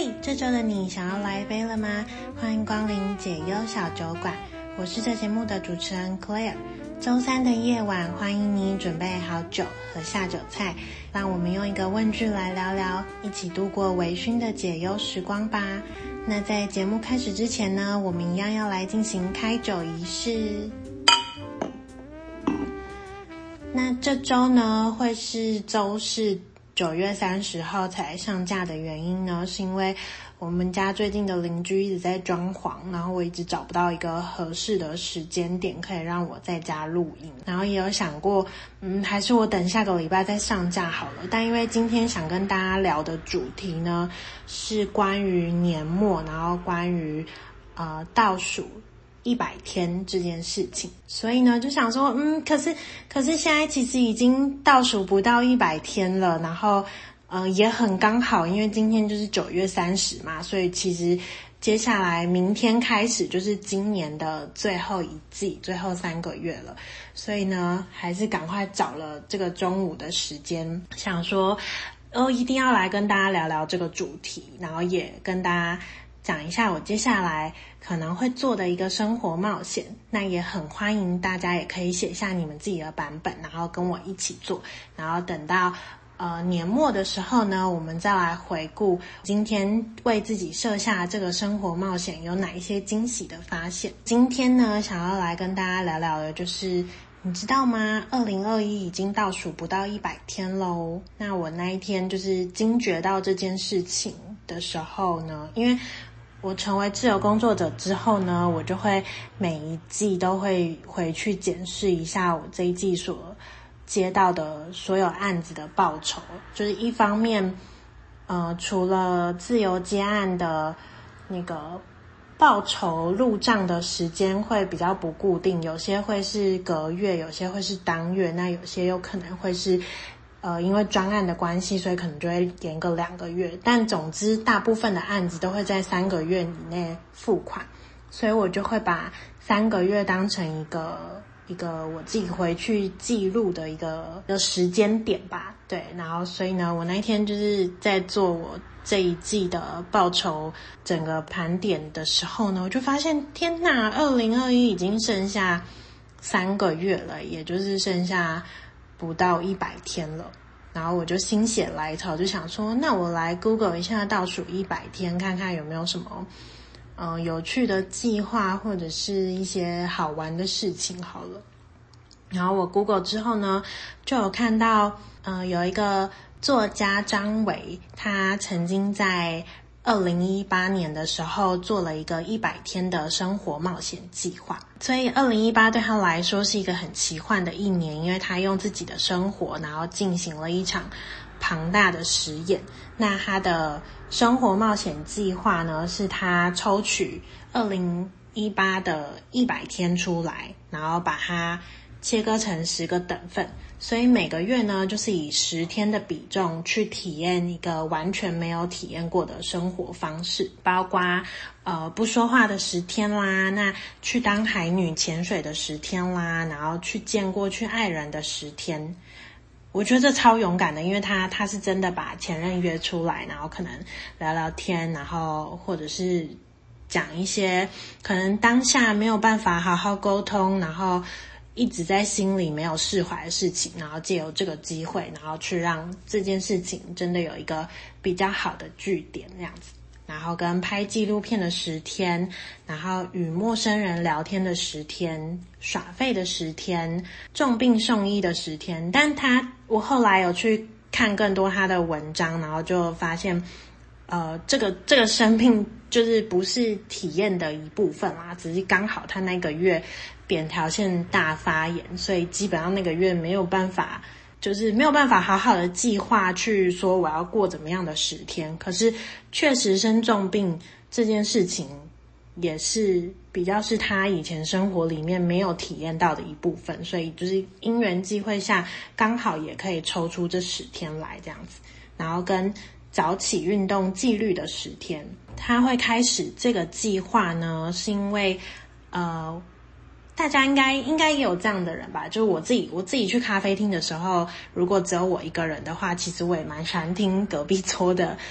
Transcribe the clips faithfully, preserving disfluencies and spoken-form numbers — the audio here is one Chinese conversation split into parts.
嘿，这周的你想要来一杯了吗？欢迎光临解忧小酒馆，我是这节目的主持人 Claire。周三的夜晚，欢迎你准备好酒和下酒菜，让我们用一个问句来聊聊，一起度过微醺的解忧时光吧。那在节目开始之前呢，我们一样要来进行开酒仪式。那这周呢，会是周四九月三十号才上架的原因呢，是因为我们家最近的邻居一直在装潢，然后我一直找不到一个合适的时间点可以让我在家录音，然后也有想过，嗯，还是我等下个礼拜再上架好了。但因为今天想跟大家聊的主题呢，是关于年末，然后关于呃倒数一百天这件事情，所以呢就想说，嗯，可是可是现在其实已经倒数不到一百天了，然后呃也很刚好，因为今天就是九月三十嘛，所以其实接下来明天开始就是今年的最后一季，最后三个月了，所以呢还是赶快找了这个中午的时间，想说哦一定要来跟大家聊聊这个主题，然后也跟大家讲一下我接下来可能会做的一个生活冒险。那也很欢迎大家也可以写下你们自己的版本，然后跟我一起做，然后等到呃年末的时候呢，我们再来回顾今天为自己设下这个生活冒险有哪一些惊喜的发现。今天呢想要来跟大家聊聊的就是你知道吗？二零二一已经倒数不到一百天咯。那我那一天就是惊觉到这件事情的时候呢，因为我成为自由工作者之后呢，我就会每一季都会回去检视一下我这一季所接到的所有案子的报酬。就是一方面呃，除了自由接案的那个报酬入账的时间会比较不固定，有些会是隔月，有些会是当月，那有些有可能会是呃，因为专案的关系，所以可能就会延个两个月，但总之大部分的案子都会在三个月以内付款，所以我就会把三个月当成一个一个我自己回去记录的一个一个时间点吧。对，然后所以呢，我那一天就是在做我这一季的报酬整个盘点的时候呢，我就发现天哪，二零二一已经剩下三个月了，也就是剩下不到一百天了。然后我就心血来潮，就想说那我来 Google 一下倒数一百天，看看有没有什么呃有趣的计划或者是一些好玩的事情好了。然后我 Google 之后呢，就有看到呃有一个作家张维，他曾经在二零一八年的时候做了一个一百天的生活冒险计划，所以二零一八对他来说是一个很奇幻的一年，因为他用自己的生活然后进行了一场庞大的实验。那他的生活冒险计划呢，是他抽取二零一八的一百天出来，然后把它切割成十个等份，所以每个月呢就是以十天的比重去体验一个完全没有体验过的生活方式，包括呃不说话的十天啦，那去当海女潜水的十天啦，然后去见过去爱人的十天。我觉得这超勇敢的，因为他他是真的把前任约出来，然后可能聊聊天，然后或者是讲一些可能当下没有办法好好沟通，然后一直在心里没有释怀的事情，然后借由这个机会，然后去让这件事情真的有一个比较好的据点这样子。然后跟拍纪录片的十天，然后与陌生人聊天的十天，耍废的十天，重病送医的十天。但他我后来有去看更多他的文章，然后就发现呃，这个这个生病就是不是体验的一部分啦，只是刚好他那个月扁桃腺大发炎，所以基本上那个月没有办法，就是没有办法好好的计划去说我要过怎么样的十天。可是确实生重病这件事情也是比较是他以前生活里面没有体验到的一部分，所以就是因缘际会下刚好也可以抽出这十天来这样子。然后跟早起运动纪律的十天，他会开始这个计划呢，是因为呃大家应该应该也有这样的人吧，就是我自己我自己去咖啡厅的时候，如果只有我一个人的话，其实我也蛮喜欢听隔壁桌的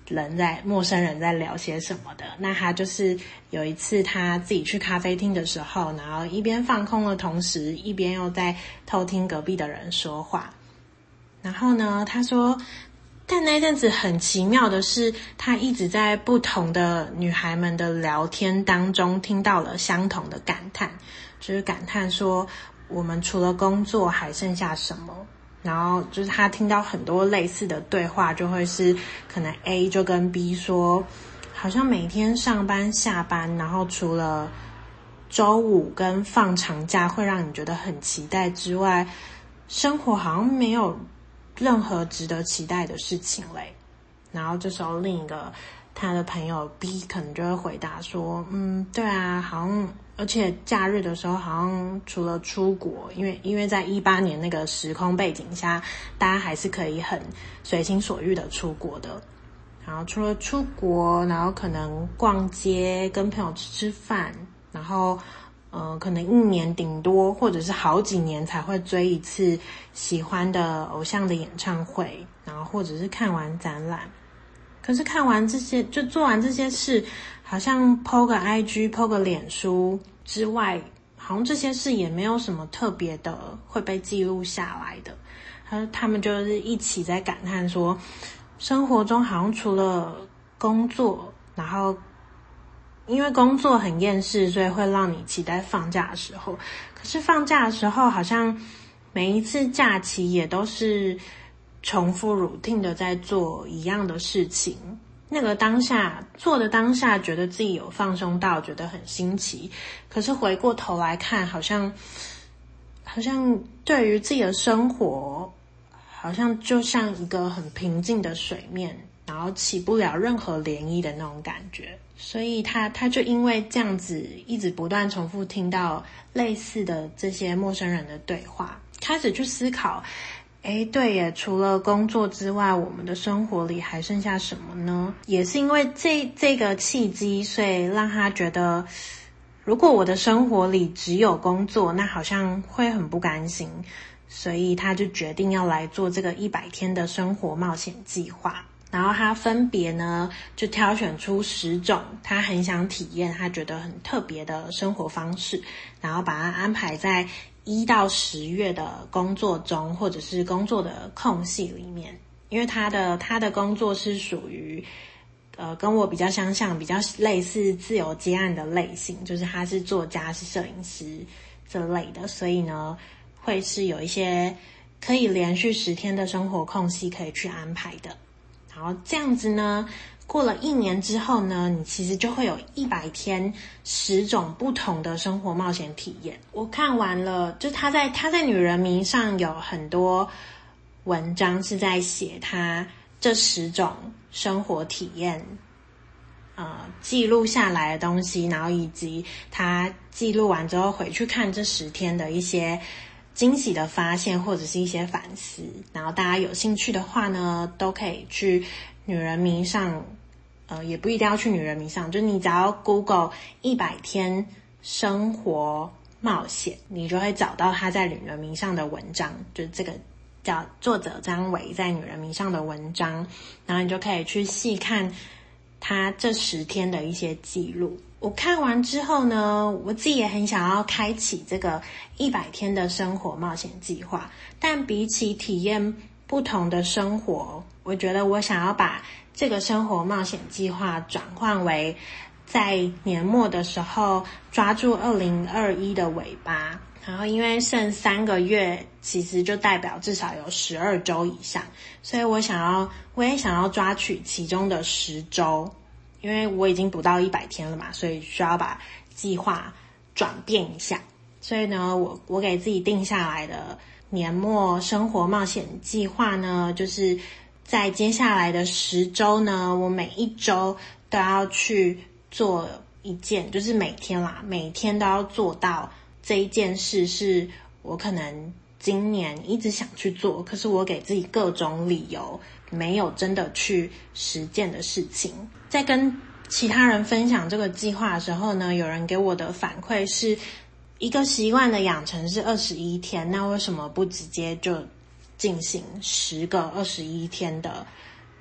人在陌生人在聊些什么的。那他就是有一次他自己去咖啡厅的时候，然后一边放空的同时，一边又在偷听隔壁的人说话。然后呢，他说但那阵子很奇妙的是，他一直在不同的女孩们的聊天当中听到了相同的感叹，就是感叹说我们除了工作还剩下什么。然后就是他听到很多类似的对话，就会是可能 A 就跟 B 说，好像每天上班下班，然后除了周五跟放长假会让你觉得很期待之外，生活好像没有任何值得期待的事情嘞。然后这时候另一个他的朋友 B 可能就会回答说，嗯，对啊，好像而且假日的时候好像除了出国，因为因为在一八年那个时空背景下，大家还是可以很随心所欲的出国的。然后除了出国，然后可能逛街跟朋友吃吃饭，然后呃，可能一年顶多或者是好几年才会追一次喜欢的偶像的演唱会，然后或者是看完展览。可是看完这些，就做完这些事，好像 po 个 I G po 个脸书之外，好像这些事也没有什么特别的会被记录下来的。他他们就是一起在感叹说，生活中好像除了工作，然后因为工作很厌世，所以会让你期待放假的时候，可是放假的时候好像每一次假期也都是重复 routine 的在做一样的事情。那个当下做的当下觉得自己有放松到，觉得很新奇，可是回过头来看，好像好像对于自己的生活好像就像一个很平静的水面，然后起不了任何涟漪的那种感觉。所以他他就因为这样子一直不断重复听到类似的这些陌生人的对话，开始去思考，诶，对耶，除了工作之外，我们的生活里还剩下什么呢？也是因为这这个契机，所以让他觉得，如果我的生活里只有工作，那好像会很不甘心。所以他就决定要来做这个一百天的生活冒险计划。然后他分别呢，就挑选出十种他很想体验，他觉得很特别的生活方式，然后把它安排在一到十月的工作中，或者是工作的空隙里面。因为他的他的工作是属于呃跟我比较相像，比较类似自由接案的类型，就是他是作家，是摄影师这类的，所以呢会是有一些可以连续十天的生活空隙可以去安排的。然后这样子呢，过了一年之后呢，你其实就会有一百天十种不同的生活冒险体验。我看完了，就他在他在女人迷上有很多文章是在写他这十种生活体验呃记录下来的东西，然后以及他记录完之后回去看这十天的一些惊喜的发现或者是一些反思。然后大家有兴趣的话呢，都可以去女人迷上，呃，也不一定要去女人迷上，就你只要 Google 一百天生活冒险，你就会找到他在女人迷上的文章，就是这个叫作者张维在女人迷上的文章，然后你就可以去细看他这十天的一些记录。我看完之后呢，我自己也很想要开启这个一百天的生活冒险计划，但比起体验不同的生活，我觉得我想要把这个生活冒险计划转换为在年末的时候抓住二零二一的尾巴，然后因为剩三个月，其实就代表至少有十二周以上，所以我想要我也想要抓取其中的十周，因为我已经不到一百天了嘛，所以需要把计划转变一下。所以呢，我我给自己定下来的年末生活冒险计划呢，就是在接下来的十周呢，我每一周都要去做一件，就是每天啦，每天都要做到这一件事，是我可能今年一直想去做，可是我给自己各种理由没有真的去实践的事情。在跟其他人分享这个计划的时候呢，有人给我的反馈是，一个习惯的养成是二十一天，那为什么不直接就进行十个二十一天的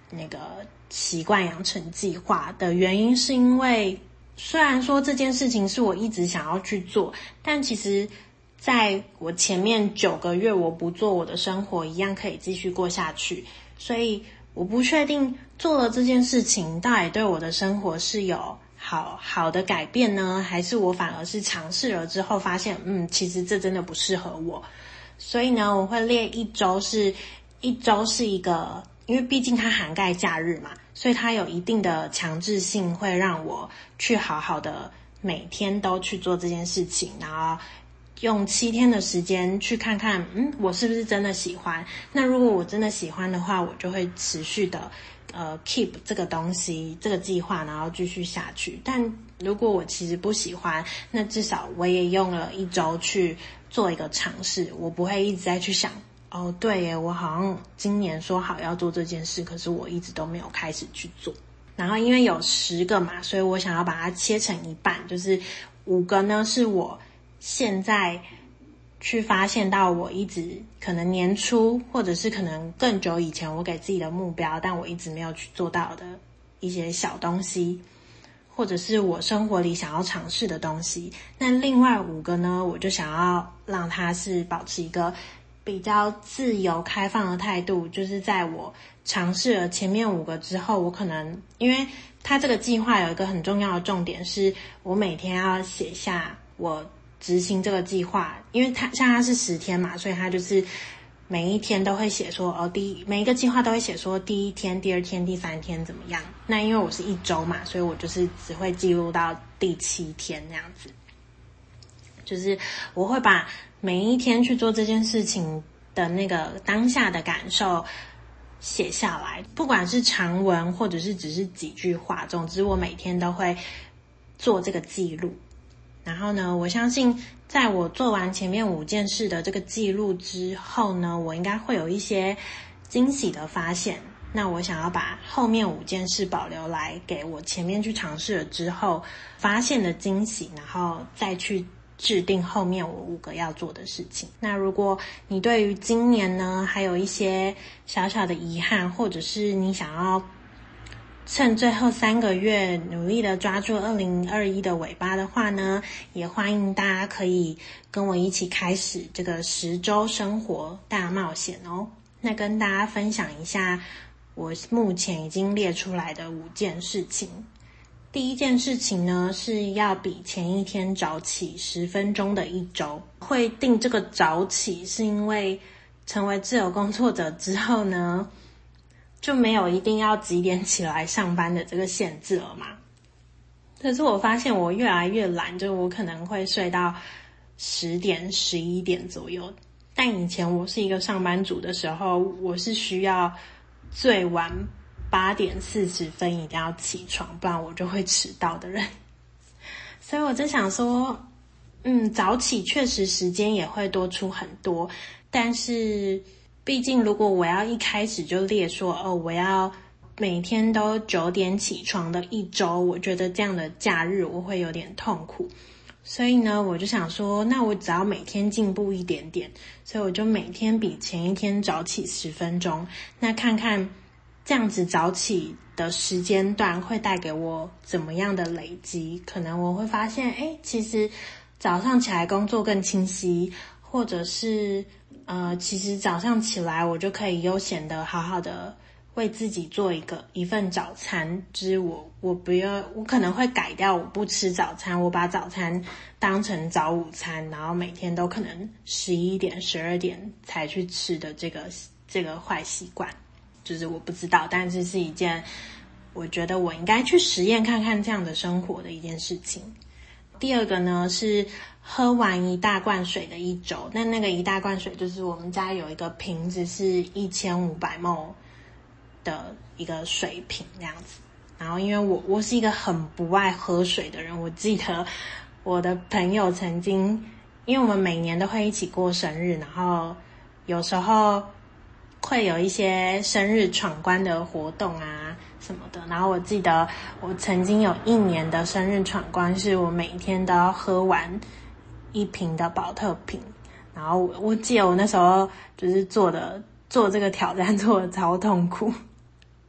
那个习惯养成计划的原因，是因为虽然说这件事情是我一直想要去做，但其实在我前面九个月我不做，我的生活一样可以继续过下去，所以我不确定做了这件事情到底对我的生活是有好好的改变呢，还是我反而是尝试了之后发现嗯，其实这真的不适合我。所以呢，我会列一周是一周是一个，因为毕竟它涵盖假日嘛，所以它有一定的强制性，会让我去好好的每天都去做这件事情，然后用七天的时间去看看嗯，我是不是真的喜欢。那如果我真的喜欢的话，我就会持续的呃 keep 这个东西这个计划，然后继续下去。但如果我其实不喜欢，那至少我也用了一周去做一个尝试，我不会一直在去想哦，对耶，我好像今年说好要做这件事，可是我一直都没有开始去做。然后因为有十个嘛，所以我想要把它切成一半，就是五个呢是我现在去发现到我一直可能年初或者是可能更久以前我给自己的目标，但我一直没有去做到的一些小东西，或者是我生活里想要尝试的东西。那另外五个呢，我就想要让它是保持一个比较自由开放的态度，就是在我尝试了前面五个之后，我可能因为它这个计划有一个很重要的重点，是我每天要写下我执行这个计划，因为它像它是十天嘛，所以它就是每一天都会写说哦，第一每一个计划都会写说第一天、第二天、第三天怎么样。那因为我是一周嘛，所以我就是只会记录到第七天那样子。就是我会把每一天去做这件事情的那个当下的感受写下来，不管是长文或者是只是几句话，总之我每天都会做这个记录。然后呢，我相信在我做完前面五件事的这个记录之后呢，我应该会有一些惊喜的发现。那我想要把后面五件事保留来给我前面去尝试了之后发现的惊喜，然后再去制定后面我五个要做的事情。那如果你对于今年呢还有一些小小的遗憾，或者是你想要趁最后三个月努力的抓住二零二一的尾巴的话呢，也欢迎大家可以跟我一起开始这个十周生活大冒险哦。那跟大家分享一下我目前已经列出来的五件事情。第一件事情呢，是要比前一天早起十分钟的一周。会定这个早起是因为成为自由工作者之后呢，就没有一定要几点起来上班的这个限制了嘛。可是我发现我越来越懒，就我可能会睡到十点十一点左右。但以前我是一个上班族的时候，我是需要最晚八点四十分一定要起床，不然我就会迟到的人。所以我就想说嗯，早起确实时间也会多出很多，但是毕竟如果我要一开始就列说哦，我要每天都九点起床的一周，我觉得这样的假日我会有点痛苦。所以呢，我就想说那我只要每天进步一点点，所以我就每天比前一天早起十分钟，那看看这样子早起的时间段会带给我怎么样的累积。可能我会发现诶，其实早上起来工作更清晰，或者是呃，其实早上起来我就可以悠闲的好好的为自己做一个一份早餐，就是我我不要我可能会改掉我不吃早餐，我把早餐当成早午餐，然后每天都可能十一点十二点才去吃的这个这个坏习惯。就是我不知道，但是是一件我觉得我应该去实验看看这样的生活的一件事情。第二个呢是喝完一大罐水的一周。那那个一大罐水就是我们家有一个瓶子是一千五百 ml 的一个水瓶那样子。然后因为我我是一个很不爱喝水的人，我记得我的朋友曾经，因为我们每年都会一起过生日，然后有时候会有一些生日闯关的活动啊什么的，然后我记得我曾经有一年的生日闯关是我每天都要喝完一瓶的宝特瓶，然后我我记得我那时候就是做的做这个挑战做的超痛苦，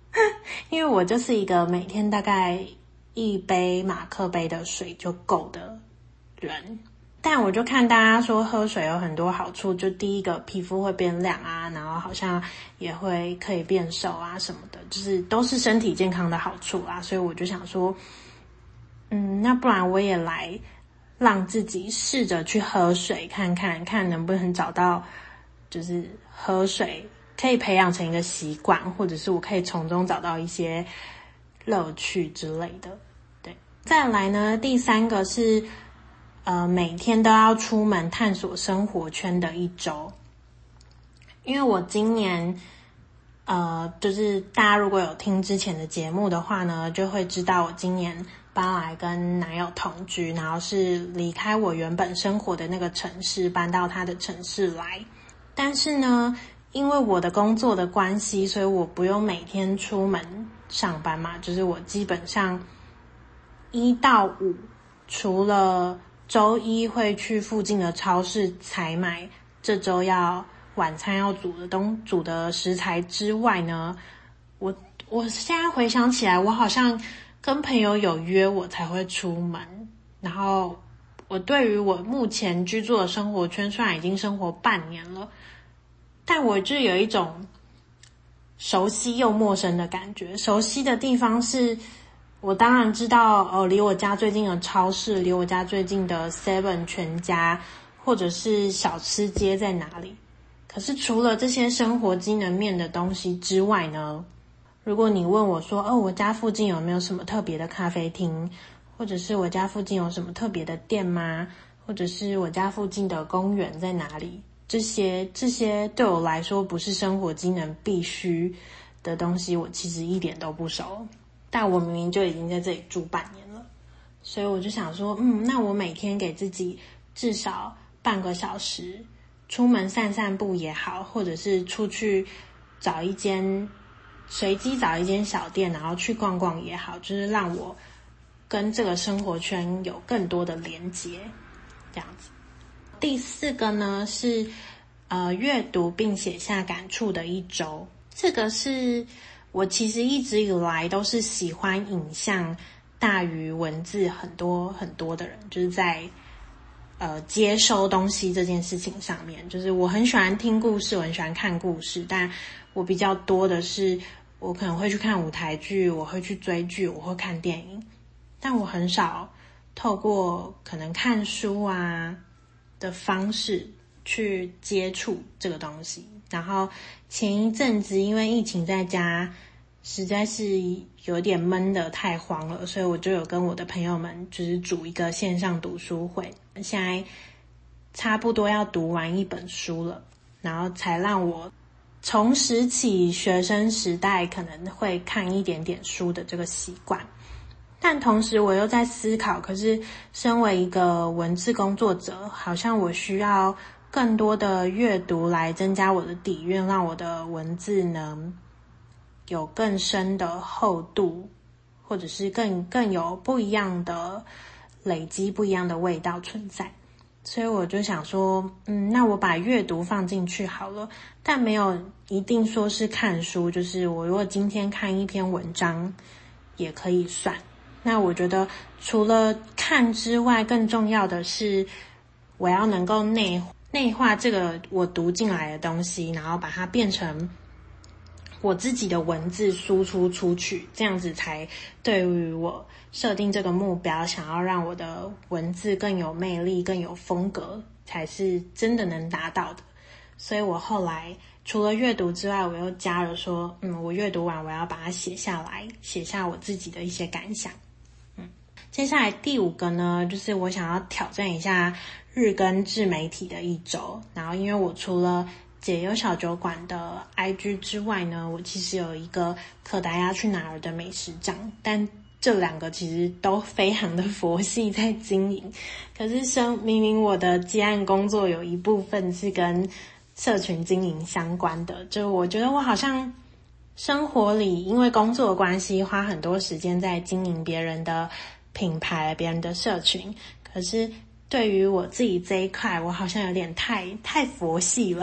因为我就是一个每天大概一杯马克杯的水就够的人。但我就看大家说喝水有很多好处，就第一个皮肤会变亮啊，然后好像也会可以变瘦啊什么的，就是都是身体健康的好处啊，所以我就想说，嗯，那不然我也来让自己试着去喝水看看，看能不能找到就是喝水可以培养成一个习惯，或者是我可以从中找到一些乐趣之类的。对，再来呢，第三个是呃，每天都要出门探索生活圈的一周。因为我今年呃，就是大家如果有听之前的节目的话呢，就会知道我今年搬来跟男友同居，然后是离开我原本生活的那个城市，搬到他的城市来。但是呢，因为我的工作的关系，所以我不用每天出门上班嘛，就是我基本上一到五，除了周一会去附近的超市采买这周要晚餐要煮的东煮的食材之外呢，我我现在回想起来，我好像跟朋友有约我才会出门。然后我对于我目前居住的生活圈，虽然已经生活半年了，但我就有一种熟悉又陌生的感觉。熟悉的地方是我当然知道呃，离我家最近的超市，离我家最近的 seven 全家或者是小吃街在哪里。可是除了这些生活机能面的东西之外呢，如果你问我说哦，我家附近有没有什么特别的咖啡厅，或者是我家附近有什么特别的店吗，或者是我家附近的公园在哪里，这些这些对我来说不是生活机能必须的东西，我其实一点都不熟。但我明明就已经在这里住半年了，所以我就想说，嗯，那我每天给自己至少半个小时出门散散步也好，或者是出去找一间随机找一间小店，然后去逛逛也好，就是让我跟这个生活圈有更多的连结，这样子。第四个呢是呃阅读并写下感触的一周。这个是我其实一直以来都是喜欢影像大于文字很多很多的人，就是在呃接收东西这件事情上面，就是我很喜欢听故事，我很喜欢看故事，但我比较多的是我可能会去看舞台剧，我会去追剧，我会看电影，但我很少透过可能看书啊的方式去接触这个东西。然后前一阵子因为疫情在家实在是有点闷的太慌了，所以我就有跟我的朋友们就是组一个线上读书会，现在差不多要读完一本书了，然后才让我重拾起学生时代可能会看一点点书的这个习惯。但同时我又在思考，可是身为一个文字工作者，好像我需要更多的阅读来增加我的底蕴，让我的文字能有更深的厚度，或者是更更有不一样的累积，不一样的味道存在。所以我就想说，嗯，那我把阅读放进去好了，但没有一定说是看书，就是我如果今天看一篇文章也可以算。那我觉得除了看之外，更重要的是我要能够内内化这个我读进来的东西，然后把它变成我自己的文字输出出去，这样子才对于我设定这个目标，想要让我的文字更有魅力，更有风格，才是真的能达到的。所以我后来除了阅读之外，我又加了说，嗯，我阅读完我要把它写下来，写下我自己的一些感想。嗯，接下来第五个呢，就是我想要挑战一下日更自媒体的一周。然后因为我除了解忧小酒馆的 I G 之外呢，我其实有一个可达鸭去哪儿的美食账，但这两个其实都非常的佛系在经营。可是生明明我的接案工作有一部分是跟社群经营相关的，就我觉得我好像生活里因为工作的关系花很多时间在经营别人的品牌，别人的社群，可是对于我自己这一块我好像有点太太佛系了。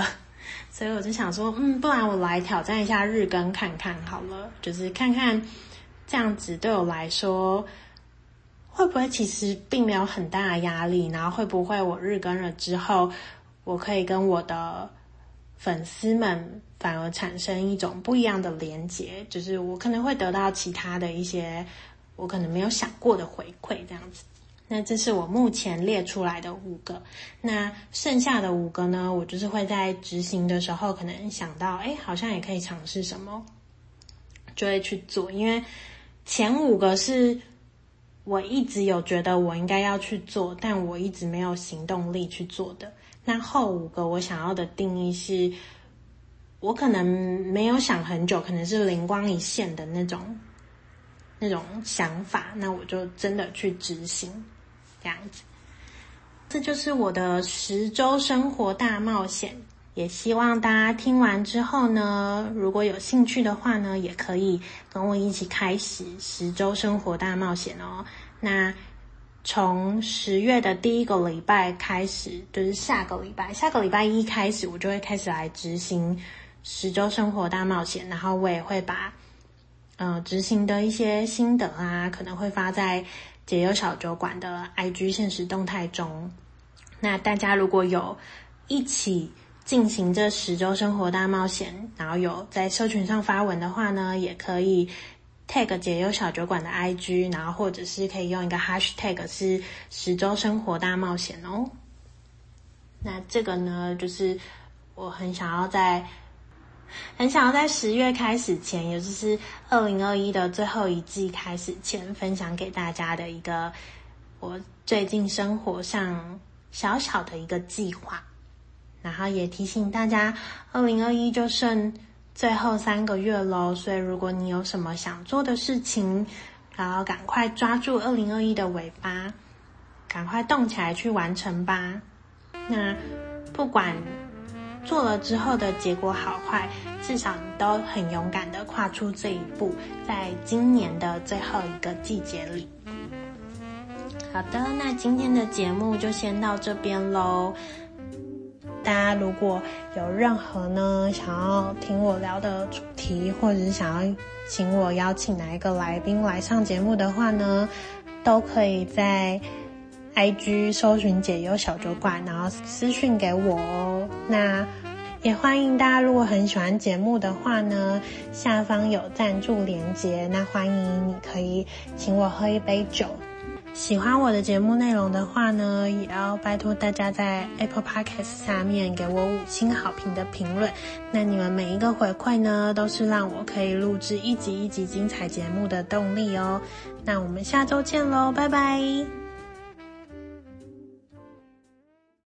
所以我就想说，嗯，不然我来挑战一下日更看看好了，就是看看这样子对我来说会不会其实并没有很大的压力，然后会不会我日更了之后，我可以跟我的粉丝们反而产生一种不一样的连结，就是我可能会得到其他的一些我可能没有想过的回馈这样子。那这是我目前列出来的五个，那剩下的五个呢，我就是会在执行的时候可能想到，诶，好像也可以尝试什么，就会去做。因为前五个是我一直有觉得我应该要去做，但我一直没有行动力去做的。那后五个我想要的定义是，我可能没有想很久，可能是灵光一现的那种那种想法，那我就真的去执行这样子。这就是我的十周生活大冒险，也希望大家听完之后呢，如果有兴趣的话呢，也可以跟我一起开始十周生活大冒险哦。那从十月的第一个礼拜开始，就是下个礼拜下个礼拜一开始，我就会开始来执行十周生活大冒险，然后我也会把呃执行的一些心得啊，可能会发在解忧小酒馆的 I G 限时动态中。那大家如果有一起进行这十周生活大冒险，然后有在社群上发文的话呢，也可以 tag 解忧小酒馆的 I G， 然后或者是可以用一个 hashtag 是十周生活大冒险哦。那这个呢，就是我很想要在很想要在十月开始前，也就是二零二一的最后一季开始前，分享给大家的一个我最近生活上小小的一个计划。然后也提醒大家，二零二一就剩最后三个月咯，所以如果你有什么想做的事情，然后赶快抓住二零二一的尾巴，赶快动起来去完成吧。那不管做了之后的结果好坏，至少你都很勇敢的跨出这一步，在今年的最后一个季节里。好的，那今天的节目就先到这边咯。大家如果有任何呢想要听我聊的主题，或者是想要请我邀请哪一个来宾来上节目的话呢，都可以在 I G 搜寻解忧小酒馆，然后私讯给我哦。那也欢迎大家，如果很喜欢节目的话呢，下方有赞助连结，那欢迎你可以请我喝一杯酒。喜欢我的节目内容的话呢，也要拜托大家在 Apple Podcast 下面给我五星好评的评论。那你们每一个回馈呢，都是让我可以录制一集一集精彩节目的动力哦。那我们下周见咯，拜拜。